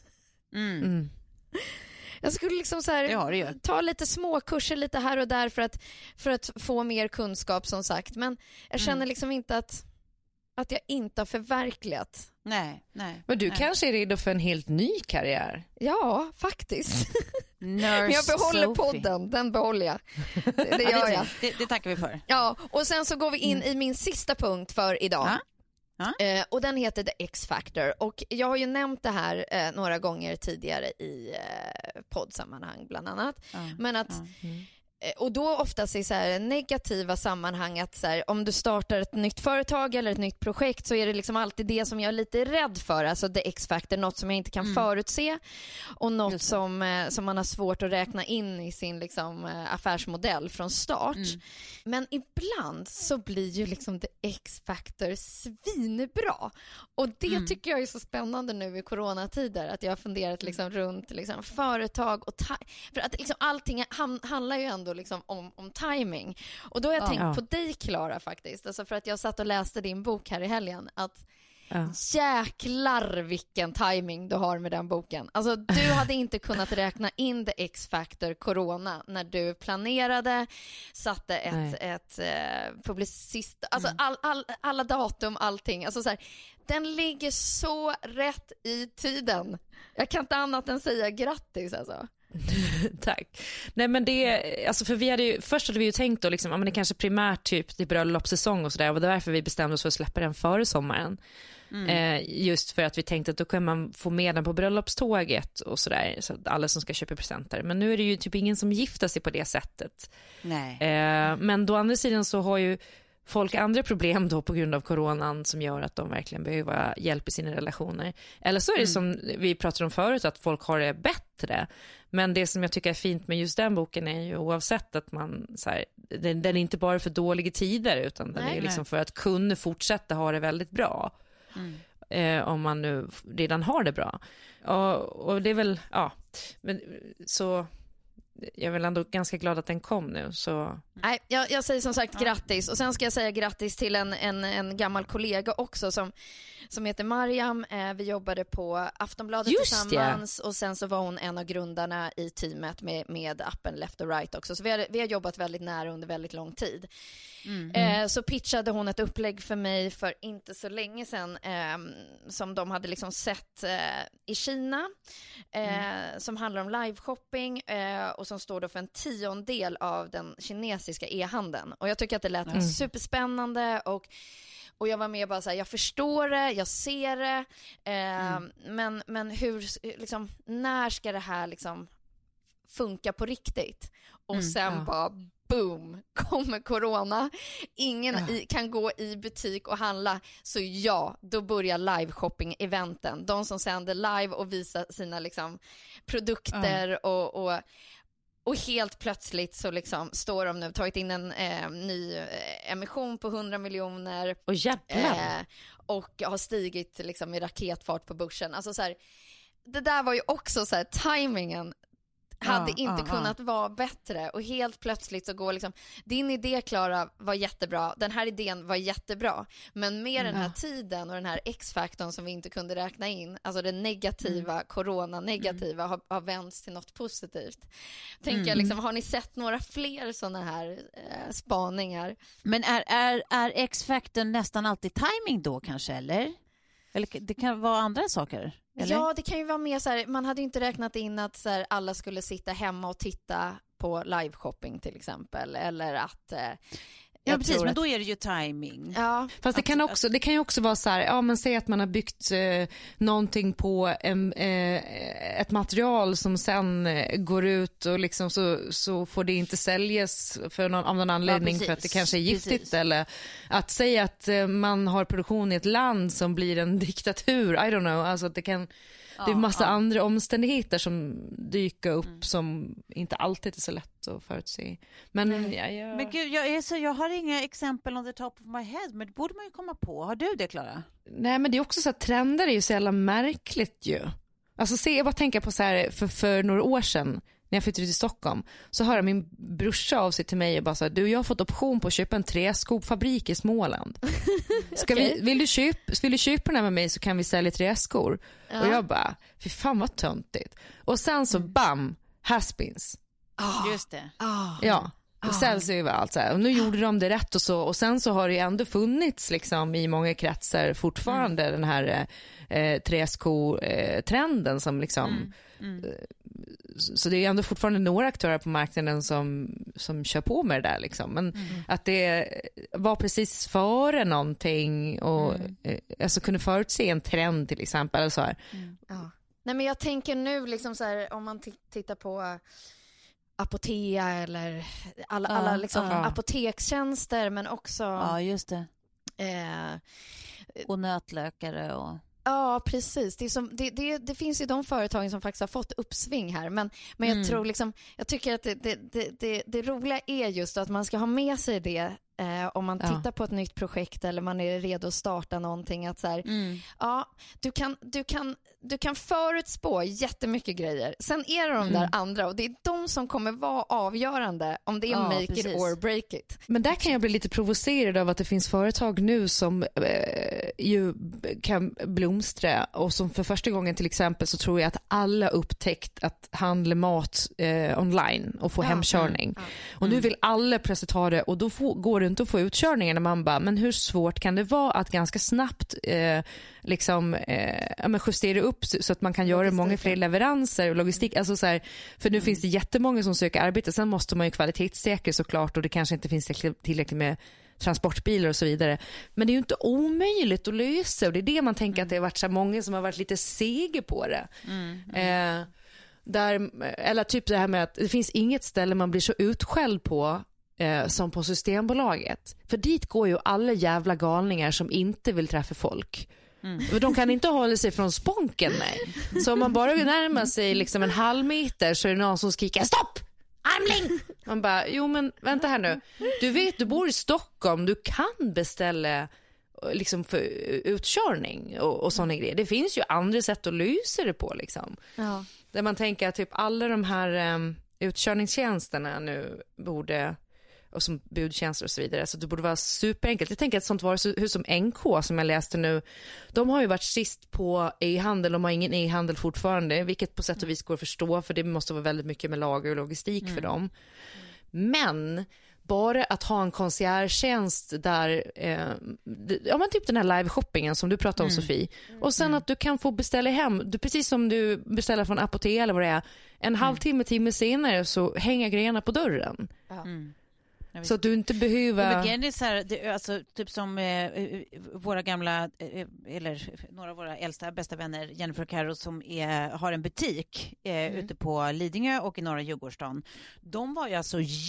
Jag skulle liksom så här, ta lite små kurser lite här och där för att få mer kunskap, som sagt, men jag känner liksom inte att jag inte har förverkligat. Nej. Men du kanske är redo för en helt ny karriär? Ja, faktiskt. Men jag behåller podden, den behåller jag. Det gör jag. Det tackar vi för. Ja, och sen så går vi in i min sista punkt för idag. Och den heter The X-Factor. Och jag har ju nämnt det här några gånger tidigare i poddsammanhang bland annat. Men att... Och då oftast i så här negativa sammanhang, att så här, om du startar ett nytt företag eller ett nytt projekt, så är det liksom alltid det som jag är lite rädd för, alltså the X-factor, något som jag inte kan förutse och något som man har svårt att räkna in i sin liksom affärsmodell från start. Men ibland så blir ju liksom the X-factor svinbra, och det tycker jag är så spännande nu i coronatider, att jag har funderat liksom runt liksom företag och för att liksom allting handlar ju ändå liksom om timing. Och då har jag tänkt på dig, Clara, faktiskt. Alltså för att jag satt och läste din bok här i helgen, att jäklar vilken timing du har med den boken. Alltså du hade inte kunnat räkna in the X-factor corona när du planerade, satte ett publicist, alltså alla datum, allting. Alltså så här, den ligger så rätt i tiden. Jag kan inte annat än säga grattis alltså. Tack. Nej, men det, alltså för först hade vi ju tänkt då liksom, men det kanske primärt typ till bröllopssäsong och sådär, och det var därför vi bestämde oss för att släppa den före sommaren. Just för att vi tänkte att då kan man få med den på bröllopståget och sådär, så att alla som ska köpa presenter. Men nu är det ju typ ingen som gifter sig på det sättet. Nej. Men då andra sidan så har ju folk andra problem då på grund av coronan som gör att de verkligen behöver hjälp i sina relationer. Eller så är det som vi pratade om förut, att folk har det bättre. Men det som jag tycker är fint med just den boken är ju, oavsett att man så här, den är inte bara för dåliga tider, utan den är liksom för att kunna fortsätta ha det väldigt bra. Om man nu redan har det bra. Och det är väl, men så... Jag är väl ändå ganska glad att den kom nu. Så. Nej, jag säger som sagt grattis. Och sen ska jag säga grattis till en gammal kollega också som heter Mariam. Vi jobbade på Aftonbladet tillsammans. Och sen så var hon en av grundarna i teamet med appen Left or Right också. Så vi har jobbat väldigt nära under väldigt lång tid. Så pitchade hon ett upplägg för mig för inte så länge sedan, som de hade liksom sett i Kina, som handlar om live-shopping, och som står då för en 10% av den kinesiska e-handeln. Och jag tycker att det lät superspännande, och jag var med och bara så här, jag förstår det, jag ser det, men hur liksom, när ska det här liksom funka på riktigt? Och sen bara boom, kommer corona. Ingen kan gå i butik och handla. Så då börjar live-shopping-eventen. De som sänder live och visar sina liksom produkter och Och helt plötsligt så liksom står de nu, tagit in en ny emission på 100 miljoner. Och jävlar. Och har stigit liksom i raketfart på börsen. Alltså så här, det där var ju också så här, timingen hade inte kunnat vara bättre. Och helt plötsligt så går liksom, din idé, Klara, var jättebra. Den här idén var jättebra. Men med den här tiden och den här X-faktorn som vi inte kunde räkna in, alltså det negativa, corona-negativa har vänts till något positivt. Tänker jag liksom, har ni sett några fler sådana här spaningar? Men är X-faktorn nästan alltid timing då kanske, eller? Eller det kan vara andra saker? Eller? Ja, det kan ju vara mer så här, man hade inte räknat in att så här, alla skulle sitta hemma och titta på live-shopping till exempel, eller att ja, precis, men då är det ju timing. Ja. Fast det kan ju också vara så här, ja, men säg att man har byggt någonting på ett material som sen går ut och liksom så får det inte säljas av någon anledning, för att det kanske är giftigt. Precis. Eller att säga att man har produktion i ett land som blir en diktatur, I don't know, alltså att det kan... Det är massa andra omständigheter som dyker upp som inte alltid är så lätt att förutse. Men, men gud, jag har inga exempel on the top of my head, men det borde man ju komma på. Har du det, Klara? Nej, men det är också så att trender är ju så jävla märkligt ju. Alltså jag bara tänker på så här, för några år sedan när jag flyttade till Stockholm, så hörde min brorsa av sig till mig och bara så här, du, jag har fått option på att köpa en träskofabrik i Småland. Vill du köpa den här med mig så kan vi sälja träskor. Ja. Och jag bara, fy fan vad töntigt. Och sen så bam, Haspins. Just det. Ja. Och säljs överallt så här. Och nu gjorde de det rätt och så. Och sen så har det ju ändå funnits liksom i många kretsar fortfarande den här träsko-trenden som liksom... Så det är ändå fortfarande några aktörer på marknaden som kör på med det där liksom. Men att det var precis före någonting och alltså kunde förutse en trend till exempel eller så här. Ja. Nej, men jag tänker nu liksom så här, om man tittar på Apotea eller alla liksom apotekstjänster, men också just det. Och nötlökare och... Ja, precis. Det finns ju de företagen som faktiskt har fått uppsving här. Men jag tror liksom, jag tycker att det roliga är just att man ska ha med sig det om man tittar på ett nytt projekt eller man är redo att starta någonting, att så här, ja, du kan förutspå jättemycket grejer. Sen är det de där andra, och det är de som kommer vara avgörande om det är make it or break it. Men där kan jag bli lite provocerad av att det finns företag nu som ju kan blomstra, och som för första gången till exempel så tror jag att alla upptäckt att handla mat online och få hemkörning. Och nu vill alla plötsligt ha det, och då går det inte att få utkörningen, när man bara, men hur svårt kan det vara att ganska snabbt justera upp så att man kan göra många fler leveranser och logistik, alltså så här, för nu finns det jättemånga som söker arbete, sen måste man ju kvalitetssäkra såklart, och det kanske inte finns tillräckligt med transportbilar och så vidare, men det är ju inte omöjligt att lösa, och det är det man tänker att det har varit så många som har varit lite sega på det. Eller typ det här med att det finns inget ställe man blir så utskälld på som på Systembolaget, för dit går ju alla jävla galningar som inte vill träffa folk. De kan inte hålla sig från sponken, nej. Så om man bara närmar sig liksom en halv meter så är det någon som skriker stopp, armling. Man bara, jo men vänta här nu, du vet, du bor i Stockholm, du kan beställa liksom för utkörning och sådana grejer. Det finns ju andra sätt att lösa det på liksom. Där man tänker att typ alla de här utkörningstjänsterna nu borde, och som budtjänster och så vidare, så det borde vara superenkelt. Jag tänker att sånt varuhus som NK som jag läste nu, de har ju varit sist på e-handel, de har ingen e-handel fortfarande, vilket på sätt och vis går att förstå, för det måste vara väldigt mycket med lager och logistik för dem. Men bara att ha en conciergetjänst där, men typ den här live-shoppingen som du pratade om, Sofie, och sen att du kan få beställa hem, precis som du beställer från Apotea eller vad det är, en timme senare så hänger grejerna på dörren. Så att du inte behöver... Men det är så här, alltså, typ som våra gamla, eller några av våra äldsta, bästa vänner, Jennifer och Karo, som har en butik ute på Lidingö och i norra Djurgårdsstaden. De var ju alltså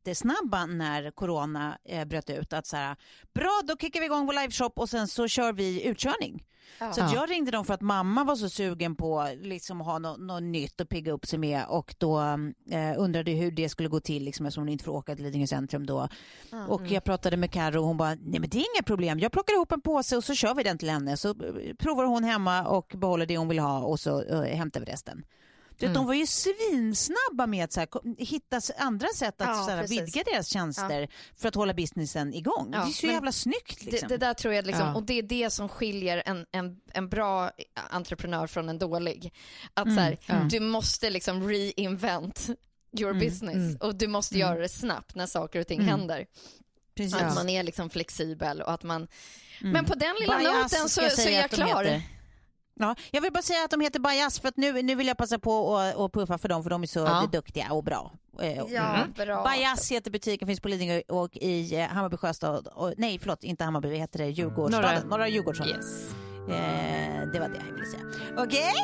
jättesnabba när corona bröt ut. Att så här, bra, då kickar vi igång vår liveshop och sen så kör vi utkörning. Så att jag ringde dem för att mamma var så sugen på liksom att ha något nytt att pigga upp sig med, och då undrade hur det skulle gå till liksom, eftersom hon inte får åka till Lidingö centrum då. Och jag pratade med Karo och hon bara, nej men det är inga problem, jag plockar ihop en påse och så kör vi den till henne, så provar hon hemma och behåller det hon vill ha och så hämtar vi resten. De var ju svinsnabba med att så här, hitta andra sätt att så här, vidga deras tjänster för att hålla businessen igång. Det är så jävla snyggt. Liksom. Det där tror jag liksom, och det är det som skiljer en bra entreprenör från en dålig. Att så här, du måste liksom reinvent your business och du måste göra det snabbt när saker och ting händer. Precis. Att man är liksom flexibel och att man... Men på den lilla noten så är jag klar. Ja, jag vill bara säga att de heter Bajas för att nu vill jag passa på och puffa för dem, för de är så duktiga och bra. Bra. Bajas heter butiken, finns på Lidingö och i Hammarby Sjöstad. Nej, förlåt, inte Hammarby, vad heter det? Djurgårdsstaden. Norra Djurgårdsstaden. Yes. Det var det jag ville säga. Okej?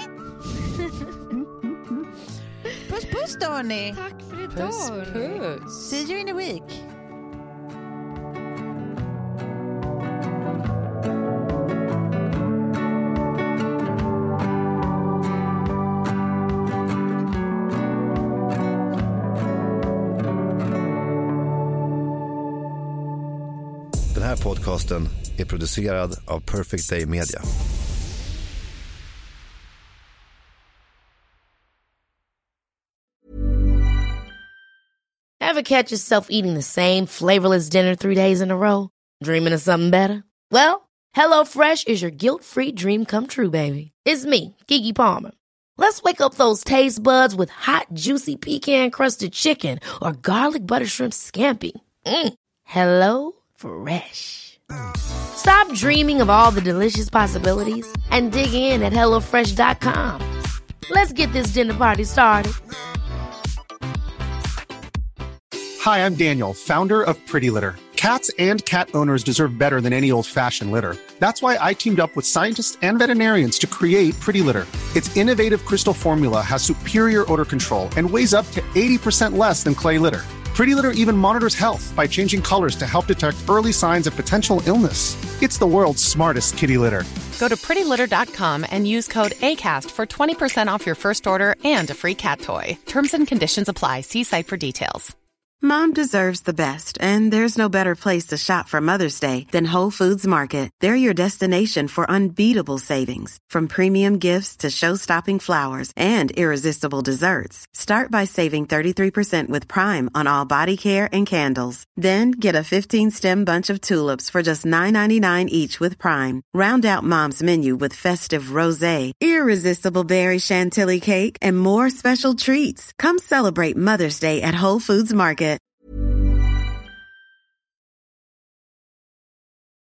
Puss då, hörni. Tack för idag. Puss. See you in a week. Den här podcasten är producerad av Perfect Day Media. Ever catch yourself eating the same flavorless dinner 3 days in a row? Dreaming of something better? Well, HelloFresh is your guilt-free dream come true, baby. It's me, Keke Palmer. Let's wake up those taste buds with hot, juicy pecan-crusted chicken or garlic butter shrimp scampi. Hello Fresh. Stop dreaming of all the delicious possibilities and dig in at HelloFresh.com. Let's get this dinner party started. Hi, I'm Daniel, founder of Pretty Litter. Cats and cat owners deserve better than any old-fashioned litter. That's why I teamed up with scientists and veterinarians to create Pretty Litter. Its innovative crystal formula has superior odor control and weighs up to 80% less than clay litter. Pretty Litter even monitors health by changing colors to help detect early signs of potential illness. It's the world's smartest kitty litter. Go to prettylitter.com and use code ACAST for 20% off your first order and a free cat toy. Terms and conditions apply. See site for details. Mom deserves the best, and there's no better place to shop for Mother's Day than Whole Foods Market. They're your destination for unbeatable savings, from premium gifts to show-stopping flowers and irresistible desserts. Start by saving 33% with Prime on all body care and candles. Then get a 15-stem bunch of tulips for just $9.99 each with Prime. Round out Mom's menu with festive rosé, irresistible berry chantilly cake, and more special treats. Come celebrate Mother's Day at Whole Foods Market.